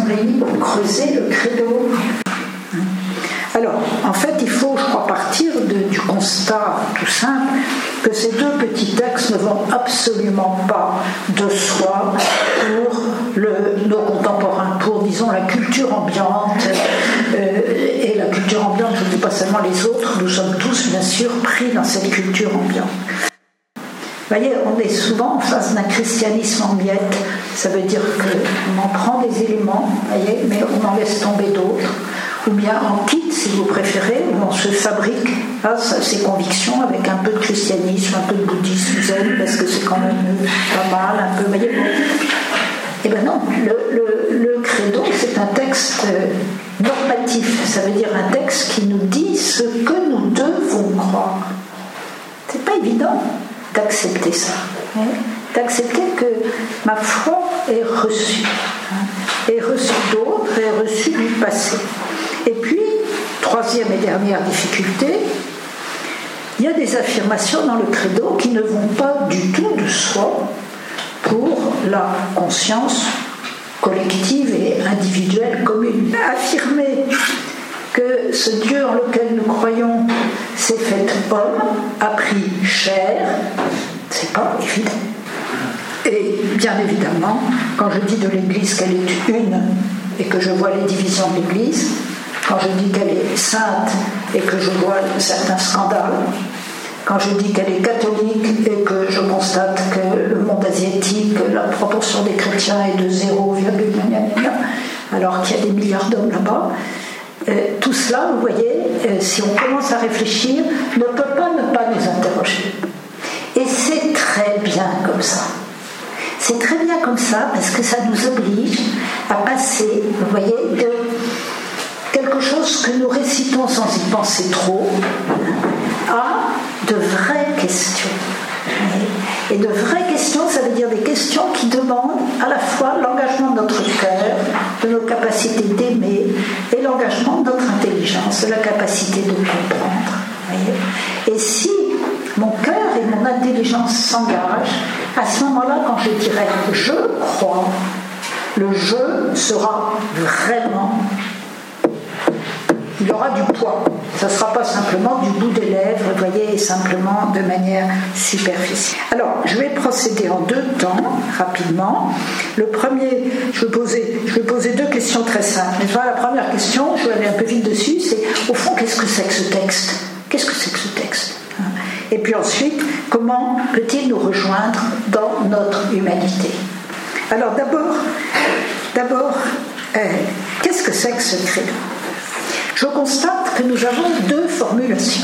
réunis pour creuser le credo. Alors, en fait, il faut, je crois, partir du constat tout simple que ces deux petits textes ne vont absolument pas de soi pour nos contemporains, pour, disons, la culture ambiante. Et la culture ambiante, je ne dis pas seulement les autres, nous sommes tous, bien sûr, pris dans cette culture ambiante. Vous voyez, on est souvent en face d'un christianisme en miettes. Ça veut dire qu'on en prend des éléments, voyez, mais on en laisse tomber d'autres. Ou bien en quitte, si vous préférez, où on se fabrique ses convictions avec un peu de christianisme, un peu de bouddhisme zen, parce que c'est quand même pas mal, un peu, vous voyez. Eh bien non, le credo, c'est un texte normatif. Ça veut dire un texte qui nous dit ce que nous devons croire. C'est pas évident d'accepter ça, d'accepter que ma foi est reçue, est reçue d'autres, est reçue du passé. Et puis, troisième et dernière difficulté, il y a des affirmations dans le credo qui ne vont pas du tout de soi pour la conscience collective et individuelle commune. Affirmer que ce Dieu en lequel nous croyons s'est fait homme, a pris chair, c'est pas évident. Et bien évidemment, quand je dis de l'Église qu'elle est une et que je vois les divisions de l'Église, quand je dis qu'elle est sainte et que je vois certains scandales, quand je dis qu'elle est catholique et que je constate que le monde asiatique, la proportion des chrétiens est de 0, alors qu'il y a des milliards d'hommes là-bas, tout cela, vous voyez, si on commence à réfléchir, ne peut pas ne pas nous interroger. Et c'est très bien comme ça. C'est très bien comme ça parce que ça nous oblige à passer, vous voyez, de quelque chose que nous récitons sans y penser trop à de vraies questions. Et de vraies questions, ça veut dire des questions qui demandent à la fois l'engagement de notre cœur, de nos capacités d'aimer, et l'engagement de notre intelligence, de la capacité de comprendre. Voyez. Et si mon cœur et mon intelligence s'engagent, à ce moment-là, quand je dirai « je crois », le « je » sera vraiment... il y aura du poids. Ça ne sera pas simplement du bout des lèvres, vous voyez, et simplement de manière superficielle. Alors, je vais procéder en deux temps, rapidement. Le premier, je vais poser deux questions très simples. La première question, je vais aller un peu vite dessus, c'est au fond, qu'est-ce que c'est que ce texte ? Qu'est-ce que c'est que ce texte ? Et puis ensuite, comment peut-il nous rejoindre dans notre humanité ? Alors d'abord, qu'est-ce que c'est que ce credo ? Je constate que nous avons deux formulations.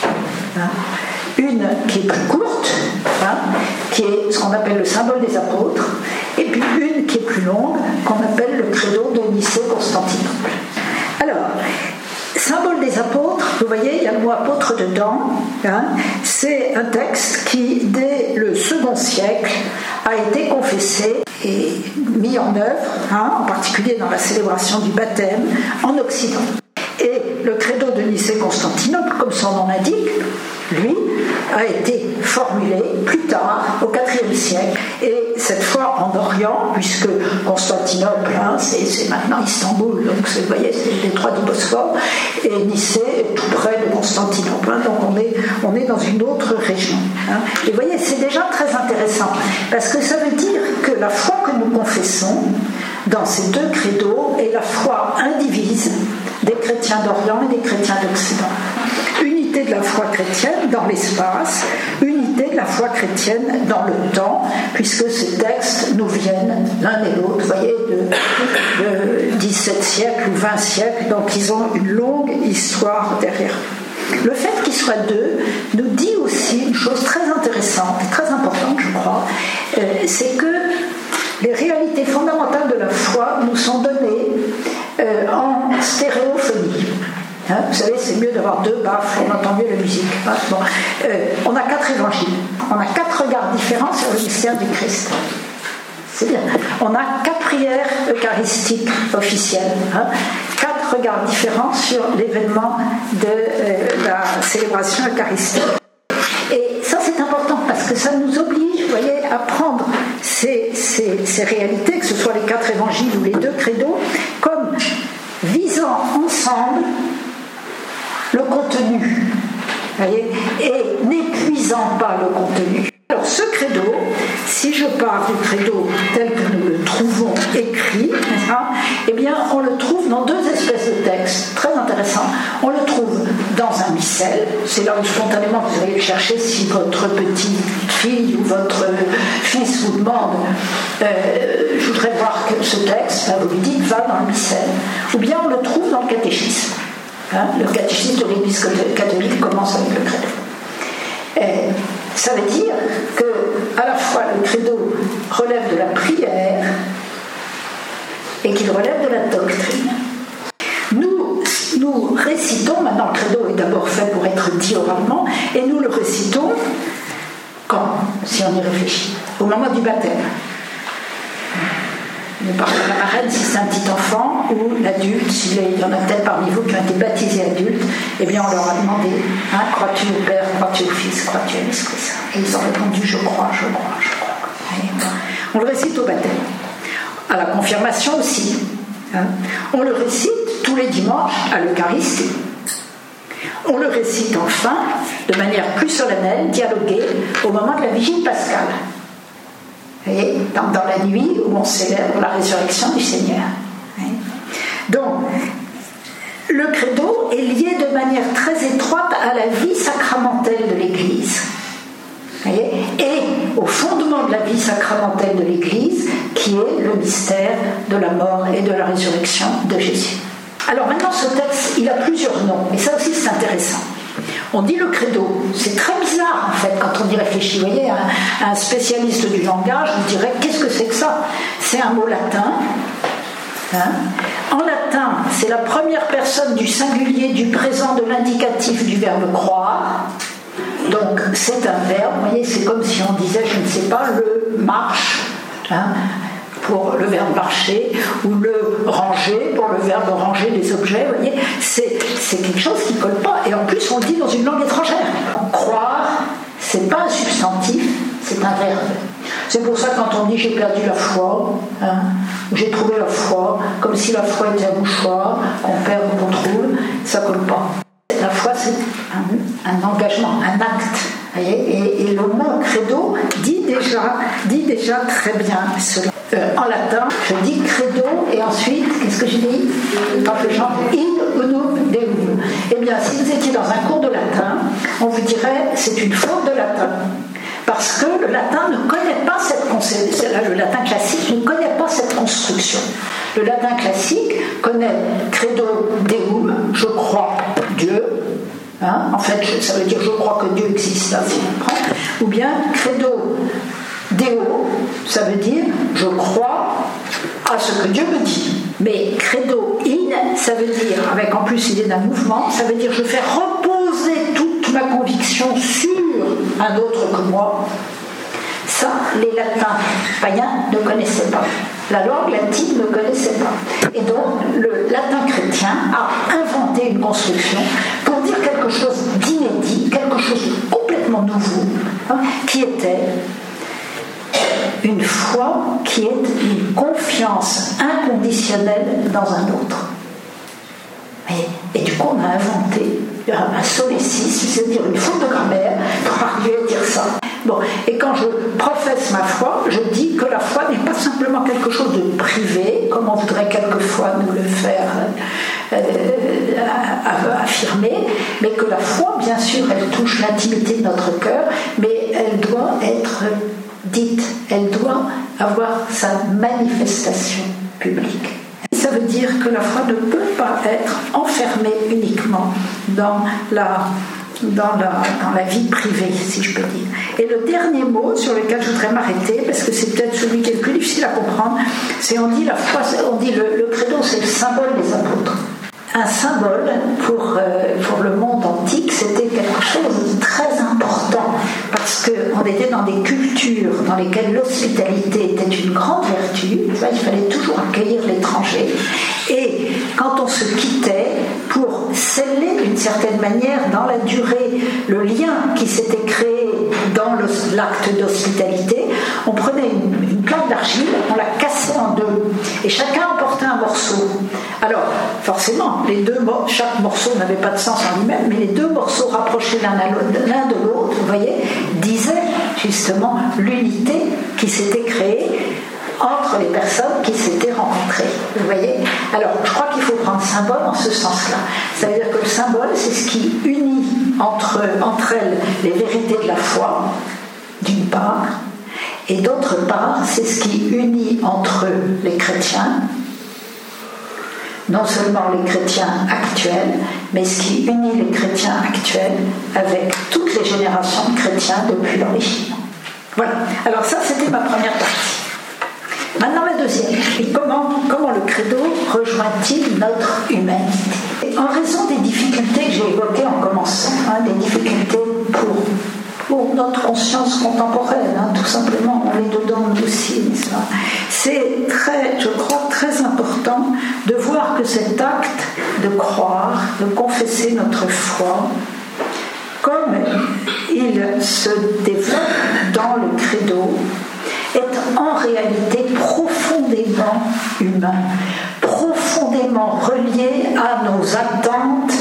Une qui est plus courte, qui est ce qu'on appelle le symbole des apôtres, et puis une qui est plus longue, qu'on appelle le credo de Nicée-Constantinople. Alors, symbole des apôtres, vous voyez, il y a le mot apôtre dedans, c'est un texte qui, dès le second siècle, a été confessé et mis en œuvre, en particulier dans la célébration du baptême, en Occident. Et le credo de Nicée-Constantinople, comme son nom l'indique, lui, a été formulé plus tard, au IVe siècle, et cette fois en Orient, puisque Constantinople, c'est maintenant Istanbul, donc vous voyez, c'est le détroit du Bosphore, et Nicée est tout près de Constantinople, donc on est dans une autre région. Et vous voyez, c'est déjà très intéressant, parce que ça veut dire que la foi que nous confessons dans ces deux credos est la foi indivise des chrétiens d'Orient et des chrétiens d'Occident. Unité de la foi chrétienne dans l'espace, unité de la foi chrétienne dans le temps, puisque ces textes nous viennent l'un et l'autre, vous voyez, de 17 siècles ou 20 siècles, donc ils ont une longue histoire derrière. Le fait qu'ils soient deux nous dit aussi une chose très intéressante, très importante, je crois, c'est que les réalités fondamentales de la foi nous sont données en stéréophonie. Vous savez, c'est mieux d'avoir deux baffes, on entend mieux la musique. On a 4 évangiles, on a 4 regards différents sur le mystère du Christ. C'est bien. On a 4 prières eucharistiques officielles, 4 regards différents sur l'événement de la célébration eucharistique. Et ça, c'est important parce que ça nous oblige, vous voyez, à prendre ces réalités, que ce soit les 4 évangiles ou les 2 credos, voyez, et n'épuisant pas le contenu. Alors ce credo, si je pars du credo tel que nous le trouvons écrit, eh bien on le trouve dans deux espèces de textes très intéressants. On le trouve dans un missel, c'est là où spontanément vous allez le chercher si votre petite fille ou votre fils vous demande je voudrais voir ce texte, ben vous lui dites va dans le missel. Ou bien on le trouve dans le catéchisme. Le catéchisme de l'Église catholique commence avec le credo. Ça veut dire que à la fois le credo relève de la prière et qu'il relève de la doctrine. Nous récitons, maintenant le credo est d'abord fait pour être dit oralement, et nous le récitons quand, si on y réfléchit, au moment du baptême. Nous parlons de la marraine si c'est un petit enfant ou l'adulte, il y en a peut-être parmi vous qui ont été baptisés adultes, eh bien on leur a demandé crois-tu au Père, crois-tu au Fils, crois-tu à l'Esprit Saint? Et ils ont répondu je crois. On le récite au baptême, à la confirmation aussi. On le récite tous les dimanches à l'Eucharistie. On le récite enfin de manière plus solennelle, dialoguée, au moment de la vigile pascale. Et dans la nuit où on célèbre la résurrection du Seigneur. Donc, le credo est lié de manière très étroite à la vie sacramentelle de l'Église. Et au fondement de la vie sacramentelle de l'Église, qui est le mystère de la mort et de la résurrection de Jésus. Alors maintenant, ce texte, il a plusieurs noms, et ça aussi c'est intéressant. On dit le credo, c'est très bizarre en fait quand on y réfléchit. Vous voyez, un spécialiste du langage vous dirait qu'est-ce que c'est que ça? C'est un mot latin. En latin, c'est la première personne du singulier du présent de l'indicatif du verbe croire. Donc c'est un verbe, vous voyez, c'est comme si on disait, je ne sais pas, le marche, pour le verbe marcher, ou le ranger pour le verbe ranger des objets, vous voyez, c'est quelque chose qui ne colle pas, et en plus on le dit dans une langue étrangère. Croire, c'est pas un substantif, c'est un verbe. C'est pour ça que quand on dit j'ai perdu la foi, ou j'ai trouvé la foi, comme si la foi était un mouchoir, qu'on perd ou qu'on trouve, ça ne colle pas. La foi, c'est un engagement, un acte. Et le mot credo dit déjà très bien cela. En latin, je dis credo, et ensuite, qu'est-ce que je dis quand je chante in unum deum? Eh bien, si vous étiez dans un cours de latin, on vous dirait c'est une faute de latin. Parce que le latin ne connaît pas cette conception, le latin classique ne connaît pas cette construction. Le latin classique connaît credo deum, je crois Dieu. En fait, ça veut dire je crois que Dieu existe, là, si on prend. Ou bien credo deo, ça veut dire je crois à ce que Dieu me dit. Mais credo in, ça veut dire, avec en plus l'idée d'un mouvement, ça veut dire je fais reposer toute ma conviction sur un autre que moi. Ça, les latins païens ne connaissaient pas. La langue latine ne connaissait pas. Et donc, le latin chrétien a inventé une construction pour dire quelque chose d'inédit, quelque chose de complètement nouveau, qui était une foi qui est une confiance inconditionnelle dans un autre. Et du coup, on a inventé un solécisme, c'est-à-dire une faute de grammaire pour arriver à dire ça. Bon, et quand je professe ma foi, je dis que la foi n'est pas simplement quelque chose de privé, comme on voudrait quelquefois nous le faire affirmer, mais que la foi, bien sûr, elle touche l'intimité de notre cœur, mais elle doit être dite, elle doit avoir sa manifestation publique. Ça veut dire que la foi ne peut pas être enfermée uniquement dans la vie privée, si je peux dire. Et le dernier mot sur lequel je voudrais m'arrêter, parce que c'est peut-être celui qui est le plus difficile à comprendre, c'est on dit la foi, on dit le credo, c'est le symbole des apôtres. Un symbole pour le monde antique, c'était quelque chose de très important, parce qu'on était dans des cultures dans lesquelles l'hospitalité était une grande vertu. Il fallait toujours accueillir l'étranger, et quand on se quittait, pour sceller d'une certaine manière dans la durée le lien qui s'était créé dans l'acte d'hospitalité, on prenait une plaque d'argile, on la cassait en deux, et chacun emportait un morceau. Alors, forcément, chaque morceau n'avait pas de sens en lui-même, mais les deux morceaux rapprochés l'un de l'autre, vous voyez, disaient justement l'unité qui s'était créée entre les personnes qui s'étaient rencontrées. Vous voyez ? Alors, je crois qu'il faut prendre symbole en ce sens-là. Ça veut dire que le symbole, c'est ce qui unit entre elles les vérités de la foi, d'une part, et d'autre part, c'est ce qui unit entre les chrétiens, non seulement les chrétiens actuels, mais ce qui unit les chrétiens actuels avec toutes les générations de chrétiens depuis l'origine. Voilà. Alors ça, c'était ma première partie. Maintenant la deuxième. Et comment le credo rejoint-il notre humanité ? En raison des difficultés que j'ai évoquées en commençant, des difficultés pour notre conscience contemporaine, tout simplement, on est dedans nous aussi, n'est-ce pas ? C'est je crois, très important de voir que cet acte de croire, de confesser notre foi, comme il se développe dans le credo, est en réalité profondément humain, profondément relié à nos attentes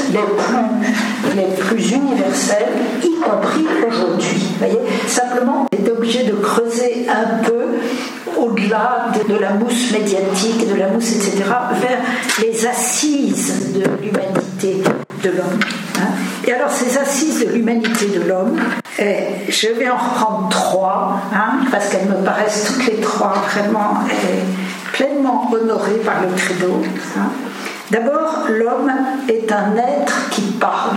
les plus universelles, y compris aujourd'hui. Vous voyez, simplement, on est obligé de creuser un peu au-delà de la mousse médiatique, de la mousse, etc., vers les assises de l'humanité de l'homme. Et alors, ces assises de l'humanité de l'homme, je vais en reprendre 3, parce qu'elles me paraissent toutes les 3 vraiment pleinement honorées par le credo. D'abord, l'homme est un être qui parle.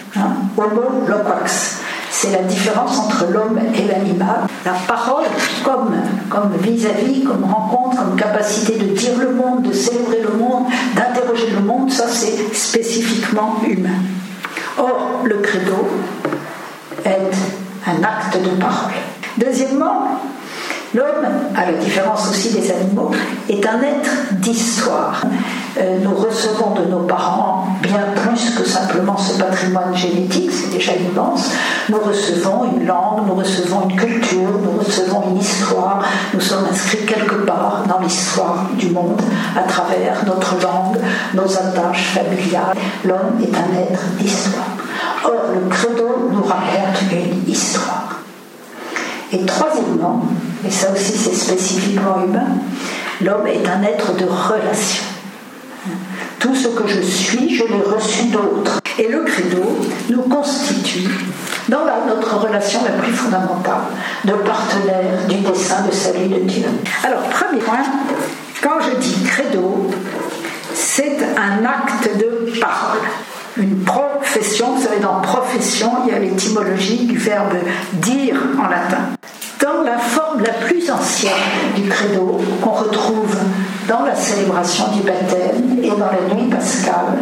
Homo loquax. C'est la différence entre l'homme et l'animal. La parole, comme vis-à-vis, comme rencontre, comme capacité de dire le monde, de célébrer le monde, d'interroger le monde, ça c'est spécifiquement humain. Or, le credo est un acte de parole. Deuxièmement, l'homme, à la différence aussi des animaux, est un être d'histoire. Nous recevons de nos parents bien plus que simplement ce patrimoine génétique, c'est déjà immense. Nous recevons une langue, nous recevons une culture, nous recevons une histoire. Nous sommes inscrits quelque part dans l'histoire du monde à travers notre langue, nos attaches familiales. L'homme est un être d'histoire. Or, le credo nous raconte une histoire. Et troisièmement, et ça aussi c'est spécifiquement humain, l'homme est un être de relation. Tout ce que je suis, je l'ai reçu d'autres. Et le credo nous constitue, dans notre relation la plus fondamentale, de partenaire du dessein de salut de Dieu. Alors, premier point, quand je dis credo, c'est un acte de parole. Une profession, vous savez, dans profession, il y a l'étymologie du verbe dire en latin. Dans la forme la plus ancienne du credo, qu'on retrouve dans la célébration du baptême et dans la nuit pascale,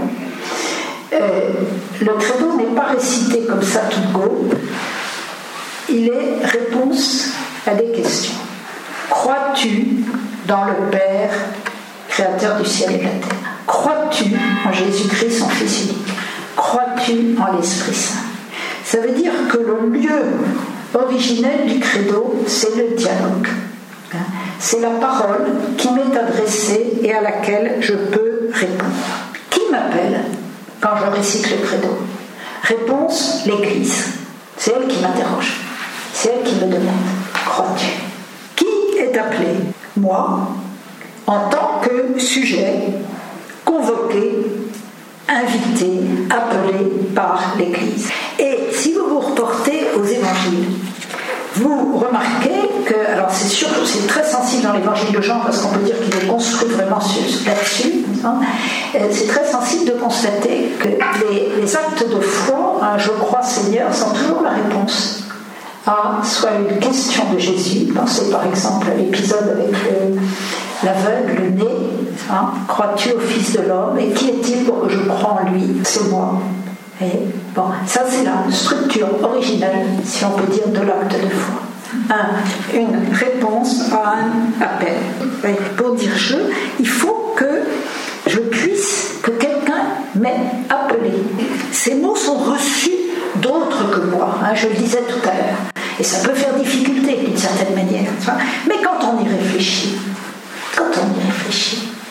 le credo n'est pas récité comme ça tout go, il est réponse à des questions. Crois-tu dans le Père, créateur du ciel et de la terre ? Crois-tu en Jésus-Christ, son Fils unique ? Crois-tu en l'Esprit Saint ? Ça veut dire que le lieu originel du credo, c'est le dialogue. C'est la parole qui m'est adressée et à laquelle je peux répondre. Qui m'appelle quand je récite le credo ? Réponse, l'Église. C'est elle qui m'interroge. C'est elle qui me demande. Crois-tu ? Qui est appelé ? Moi, en tant que sujet, convoqué, invité, appelé par l'Église. Et si vous vous reportez aux évangiles, vous remarquez que, alors c'est sûr que c'est très sensible dans l'évangile de Jean, parce qu'on peut dire qu'il est construit vraiment là-dessus, c'est très sensible de constater que les actes de foi, je crois Seigneur, sont toujours la réponse à soit une question de Jésus, pensez par exemple à l'épisode avec l'aveugle, le nez, crois-tu au Fils de l'homme, et qui est-il pour que je croie en lui ? C'est moi. Et bon, ça c'est la structure originelle, si on peut dire, de l'acte de foi. Une réponse à un appel. Et pour dire il faut que je puisse, que quelqu'un m'ait appelé. Ces mots sont reçus d'autres que moi, je le disais tout à l'heure. Et ça peut faire difficulté d'une certaine manière. Mais quand on y réfléchit,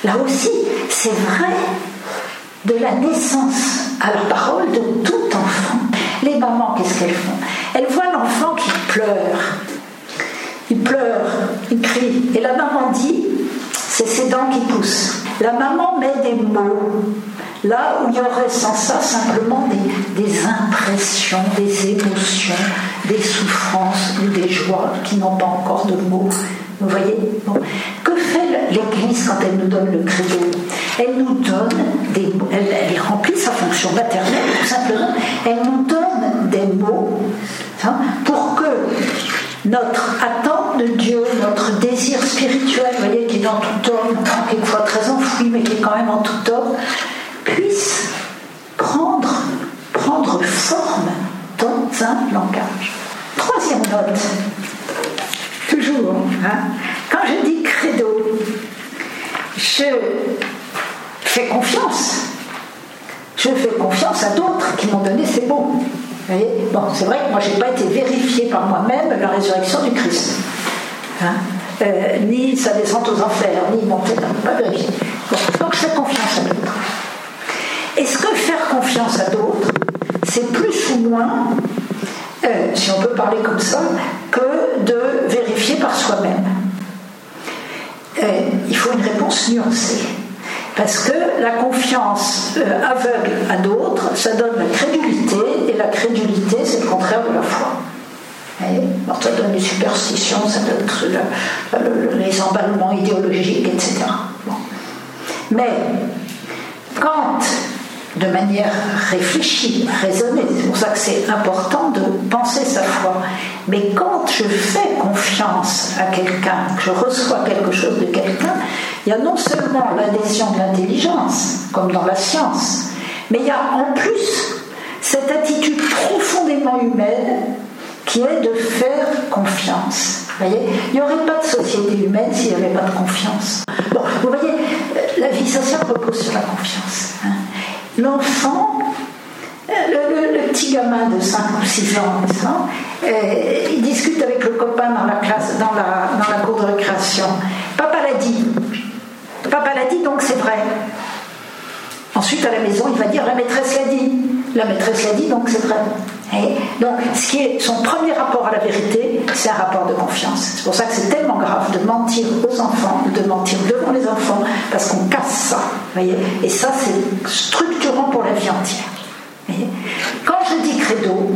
Là aussi, c'est vrai de la naissance à la parole de tout enfant. Les mamans, qu'est-ce qu'elles font? Elles voient l'enfant qui pleure. Il pleure, il crie. Et la maman dit, c'est ses dents qui poussent. La maman met des mots là où il y aurait sans ça simplement des impressions, des émotions, des souffrances ou des joies qui n'ont pas encore de mots. Vous voyez? Bon. Que fait l'Église quand elle nous donne le credo? Elle nous donne des mots, elle remplit sa fonction maternelle, tout simplement. Elle nous donne des mots pour que notre attente de Dieu, notre désir spirituel, vous voyez, qui est dans tout homme, quelquefois très enfoui, mais qui est quand même en tout homme, puisse prendre forme dans un langage. Troisième note, toujours, quand je dis credo, je fais confiance. Je fais confiance à d'autres qui m'ont donné ces mots. Vous voyez, bon, c'est vrai que moi, je n'ai pas été vérifié par moi-même la résurrection du Christ. Ni sa descente aux enfers, ni montée, pas vérifié. Bon, donc, je fais confiance à d'autres. Est-ce que faire confiance à d'autres, c'est plus ou moins, si on peut parler comme ça, que de vérifier par soi-même? Il faut une réponse nuancée. Parce que la confiance aveugle à d'autres, ça donne la crédulité, et la crédulité, c'est le contraire de la foi. Alors, ça donne les superstitions, ça donne les emballements idéologiques, etc. Bon. Mais quand, de manière réfléchie, raisonnée, c'est pour ça que c'est important de penser sa foi, mais quand je fais confiance à quelqu'un, que je reçois quelque chose de quelqu'un, il y a non seulement l'adhésion de l'intelligence, comme dans la science, mais il y a en plus cette attitude profondément humaine qui est de faire confiance. Vous voyez, il n'y aurait pas de société humaine s'il n'y avait pas de confiance. Bon, vous voyez, la vie sociale repose sur la confiance. L'enfant, le petit gamin de 5 ou 6 ans, il discute avec le copain dans la classe, dans la cour de récréation. Papa l'a dit. Papa l'a dit, donc c'est vrai. Ensuite, à la maison, il va dire la maîtresse l'a dit. La maîtresse l'a dit, donc c'est vrai. Et donc, ce qui est son premier rapport à la vérité, c'est un rapport de confiance. C'est pour ça que c'est tellement grave de mentir aux enfants, de mentir devant les enfants, parce qu'on casse ça. Voyez, et ça, c'est structurant pour la vie entière. Voyez, quand je dis credo,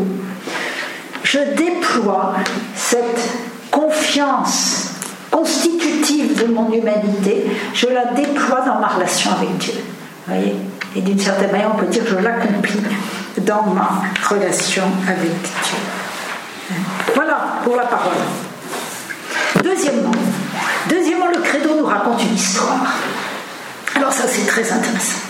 je déploie cette confiance constitutive de mon humanité, je la déploie dans ma relation avec Dieu. Voyez, et d'une certaine manière, on peut dire que je l'accomplis dans ma relation avec Dieu. Voilà pour la parole. Deuxièmement, le credo nous raconte une histoire. Alors ça, c'est très intéressant.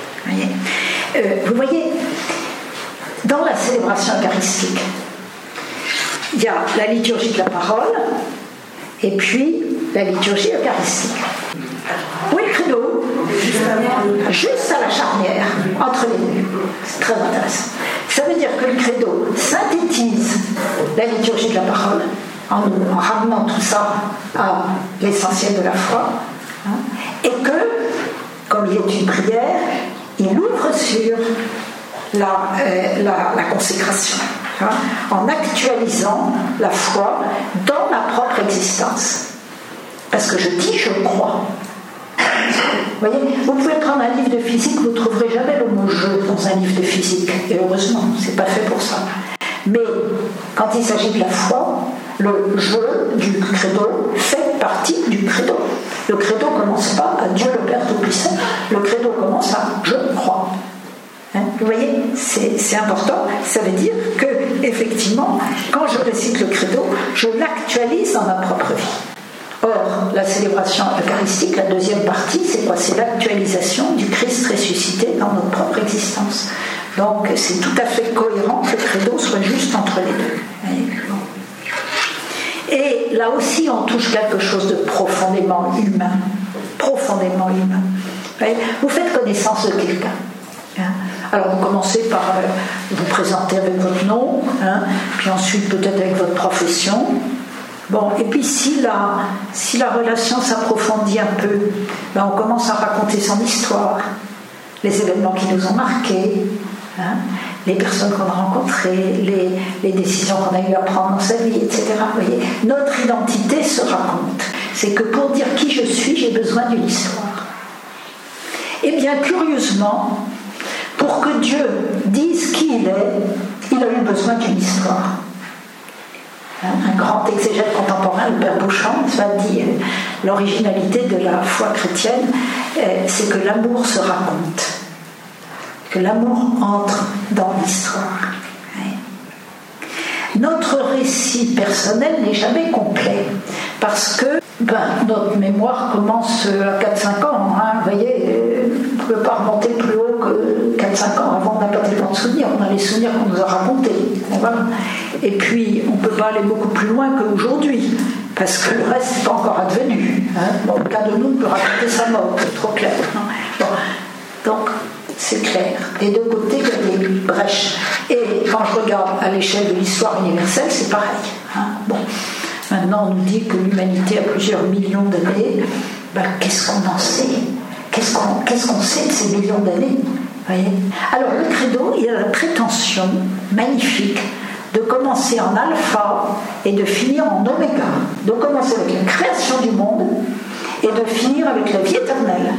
Vous voyez, dans la célébration eucharistique, il y a la liturgie de la parole et puis la liturgie eucharistique. Oui, le credo, juste à la charnière entre les deux. C'est très intéressant. Ça veut dire que le credo synthétise la liturgie de la parole en ramenant tout ça à l'essentiel de la foi, et que, comme il est une prière, il ouvre sur la consécration, en actualisant la foi dans ma propre existence. Parce que je dis, je crois. Vous voyez, vous pouvez prendre un livre de physique, vous ne trouverez jamais le mot « je » dans un livre de physique. Et heureusement, c'est pas fait pour ça. Mais quand il s'agit de la foi, le « je » du credo fait partie du credo. Le credo ne commence pas à Dieu le Père Tout-Puissant. Le credo commence à « je crois ». Vous voyez, c'est important. Ça veut dire que, effectivement, quand je récite le credo, je l'actualise dans ma propre vie. Or, la célébration eucharistique, la deuxième partie, c'est quoi? C'est l'actualisation du Christ ressuscité dans notre propre existence. Donc, c'est tout à fait cohérent que le credo soit juste entre les deux. Et là aussi, on touche quelque chose de profondément humain. Profondément humain. Vous faites connaissance de quelqu'un. Alors, vous commencez par vous présenter avec votre nom, puis ensuite peut-être avec votre profession. Bon, et puis si la relation s'approfondit un peu, ben on commence à raconter son histoire, les événements qui nous ont marqués, hein, les personnes qu'on a rencontrées, les décisions qu'on a eu à prendre dans sa vie, etc. Vous voyez, notre identité se raconte. C'est que pour dire qui je suis, j'ai besoin d'une histoire. Et bien, curieusement, pour que Dieu dise qui il a eu besoin d'une histoire. Un grand exégète contemporain, le Père Bouchant, dit l'originalité de la foi chrétienne, c'est que l'amour se raconte, que l'amour entre dans l'histoire. Notre récit personnel n'est jamais complet, parce que notre mémoire commence à 4-5 ans. Hein, vous voyez, on ne peut pas remonter plus haut que 4-5 ans. Avant, on n'a pas tellement de souvenirs. On a les souvenirs qu'on nous a racontés. Voilà. Et puis, on ne peut pas aller beaucoup plus loin qu'aujourd'hui, parce que le reste n'est pas encore advenu. Hein. Bon, aucun de nous ne peut raconter sa mort, c'est trop clair. Hein. Bon. Donc, c'est clair. Des deux côtés, il y a des brèches. Et quand je regarde à l'échelle de l'histoire universelle, c'est pareil. Hein. Bon. Maintenant, on nous dit que l'humanité a plusieurs millions d'années. Qu'est-ce qu'on en sait ? Qu'est-ce qu'on sait de ces millions d'années ? Voyez ? Alors, le credo, il a la prétention magnifique de commencer en alpha et de finir en oméga. De commencer avec la création du monde et de finir avec la vie éternelle.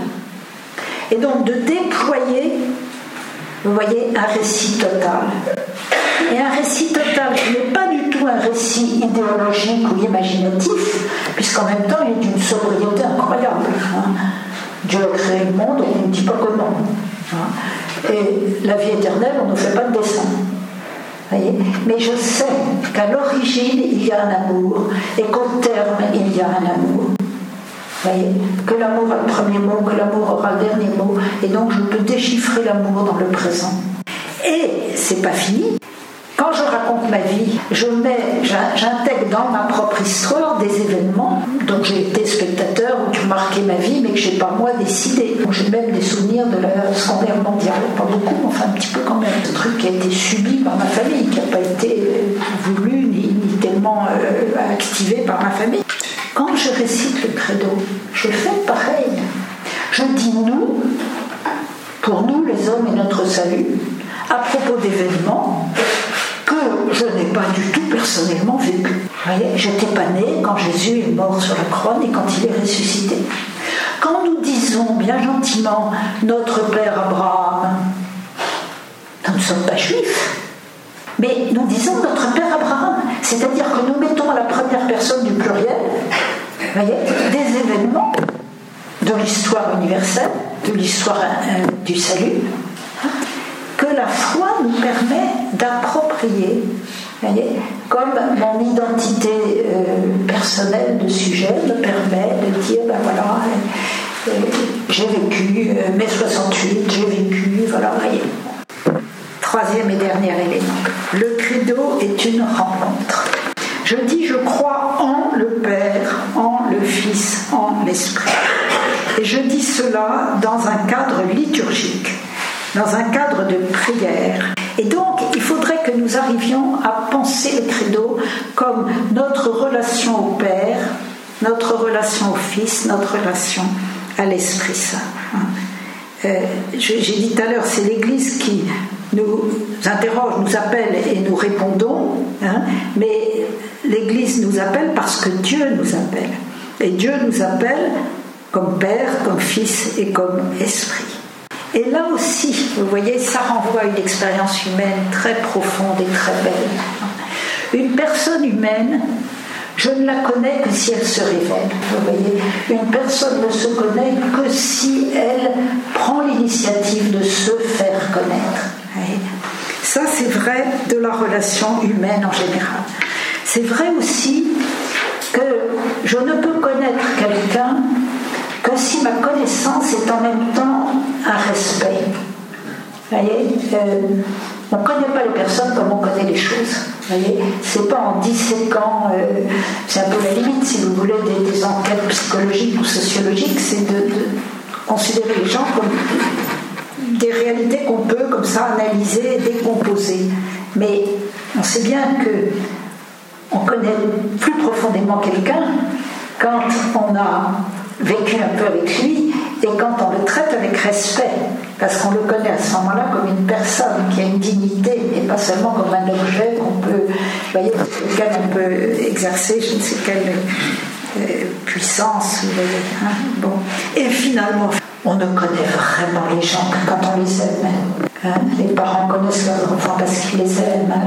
Et donc de déployer, vous voyez, un récit total. Et un récit total qui n'est pas du tout un récit idéologique ou imaginatif, puisqu'en même temps il est d'une sobriété incroyable. Hein. Dieu a créé le monde, on ne dit pas comment. Hein. Et la vie éternelle, on ne fait pas de dessin. Voyez, mais je sais qu'à l'origine il y a un amour et qu'au terme il y a un amour. Voyez, que l'amour a le premier mot, que l'amour aura le dernier mot, et donc je peux déchiffrer l'amour dans le présent. Et c'est pas fini. Quand je raconte ma vie, j'intègre dans ma propre histoire des événements dont j'ai été spectateur ou qui ont marqué ma vie, mais que j'ai pas moi décidé. Donc j'ai même des souvenirs de la Seconde Guerre mondiale, pas beaucoup, mais enfin un petit peu quand même. Ce truc qui a été subi par ma famille, qui n'a pas été voulu ni tellement activé par ma famille. Quand je récite le credo, je fais pareil. Je dis nous, pour nous les hommes et notre salut, à propos d'événements que je n'ai pas du tout personnellement vécu. Vous voyez, je n'étais pas née quand Jésus est mort sur la croix ni quand il est ressuscité. Quand nous disons bien gentiment notre Père Abraham, nous ne sommes pas juifs, mais nous disons notre Père Abraham, c'est-à-dire que nous mettons à la première personne du pluriel, vous voyez, des événements de l'histoire universelle, de l'histoire du salut, que la foi nous permet d'approprier, voyez, comme mon identité personnelle de sujet me permet de dire, voilà, j'ai vécu mai 68, j'ai vécu, voilà, voyez. Troisième et dernier élément. Le credo est une rencontre. Je dis, je crois en le Père, en le Fils, en l'Esprit. Et je dis cela dans un cadre liturgique, dans un cadre de prière. Et donc, il faudrait que nous arrivions à penser le credo comme notre relation au Père, notre relation au Fils, notre relation à l'Esprit Saint. J'ai dit tout à l'heure, c'est l'Église qui nous interroge, nous appelle et nous répondons, hein, mais l'Église nous appelle parce que Dieu nous appelle. Et Dieu nous appelle comme Père, comme Fils et comme Esprit. Et là aussi, vous voyez, ça renvoie à une expérience humaine très profonde et très belle. Une personne humaine, je ne la connais que si elle se révèle. Vous voyez, une personne ne se connaît que si elle prend l'initiative de se faire connaître. Ça, c'est vrai de la relation humaine en général. C'est vrai aussi que je ne peux connaître quelqu'un que si ma connaissance est en même temps un respect. Vous voyez, on ne connaît pas les personnes comme on connaît les choses. Vous voyez, c'est pas en disséquant, c'est un peu la limite, si vous voulez, des enquêtes psychologiques ou sociologiques, c'est de considérer les gens comme des réalités qu'on peut comme ça analyser et décomposer. Mais on sait bien que on connaît plus profondément quelqu'un quand on a vécu un peu avec lui et quand on le traite avec respect, parce qu'on le connaît à ce moment-là comme une personne qui a une dignité et pas seulement comme un objet qu'on peut, voyez, auquel on peut exercer je ne sais quelle puissance, vous voyez, hein, bon. Et finalement, on ne connaît vraiment les gens que quand on les aime. Hein. Les parents connaissent leurs enfants parce qu'ils les aiment. Hein.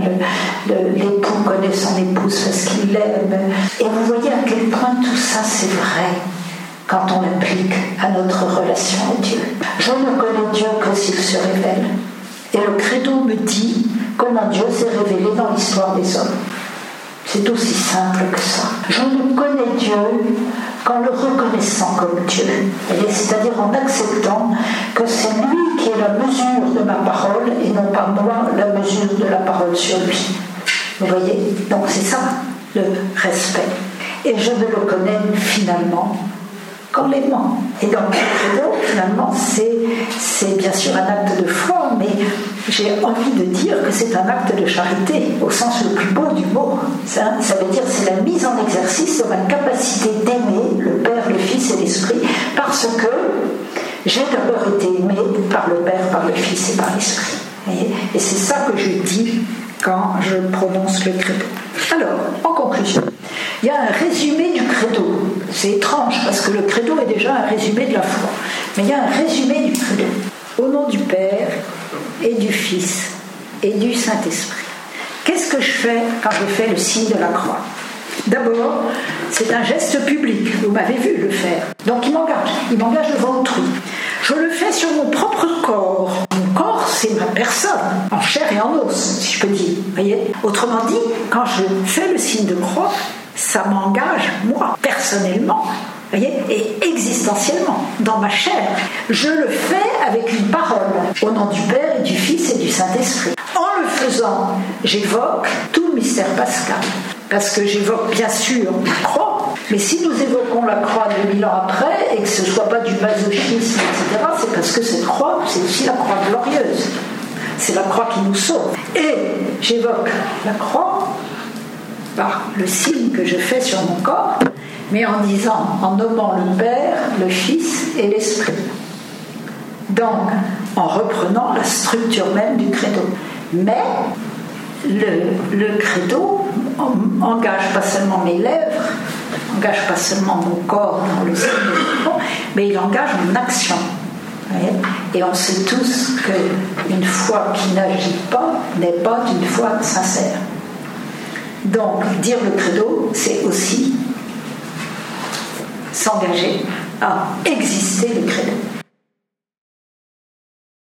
L'époux connaît son épouse parce qu'il l'aime. Et vous voyez à quel point tout ça c'est vrai quand on l'applique à notre relation à Dieu. Je ne connais Dieu que s'il se révèle. Et le credo me dit comment Dieu s'est révélé dans l'histoire des hommes. C'est aussi simple que ça. Je ne connais Dieu qu'en le reconnaissant comme Dieu. C'est-à-dire en acceptant que c'est lui qui est la mesure de ma parole et non pas moi la mesure de la parole sur lui. Vous voyez? Donc c'est ça, le respect. Et je ne le connais finalement qu'en l'aimant. Et donc le credo, finalement, c'est bien sûr un acte de foi, mais j'ai envie de dire que c'est un acte de charité, au sens le plus beau du mot. Ça veut dire que c'est la mise en exercice de ma capacité d'aimer le Père, le Fils et l'Esprit, parce que j'ai d'abord été aimé par le Père, par le Fils et par l'Esprit. Et c'est ça que je dis quand je prononce le credo. Alors, en conclusion, il y a un résumé du credo. C'est étrange parce que le credo est déjà un résumé de la foi. Mais il y a un résumé du credo. Au nom du Père et du Fils et du Saint-Esprit. Qu'est-ce que je fais quand je fais le signe de la croix? D'abord, c'est un geste public. Vous m'avez vu le faire. Donc il m'engage devant autrui. Je le fais sur mon propre corps. Mon corps, c'est ma personne, en chair et en os, si je peux dire. Voyez. Autrement dit, quand je fais le signe de croix, ça m'engage, moi, personnellement, voyez, et existentiellement, dans ma chair. Je le fais avec une parole, au nom du Père et du Fils et du Saint-Esprit. En le faisant, j'évoque tout le mystère pascal. Parce que j'évoque bien sûr la croix, mais si nous évoquons la croix 2000 ans après, et que ce ne soit pas du masochisme, etc., c'est parce que cette croix, c'est aussi la croix glorieuse. C'est la croix qui nous sauve. Et j'évoque la croix par le signe que je fais sur mon corps, mais en disant, en nommant le Père, le Fils et l'Esprit. Donc, en reprenant la structure même du credo. Mais le credo engage pas seulement mes lèvres, engage pas seulement mon corps dans le signe de croix, mais il engage mon action. Et on sait tous qu'une foi qui n'agit pas n'est pas une foi sincère. Donc, dire le credo, c'est aussi s'engager à exister le credo.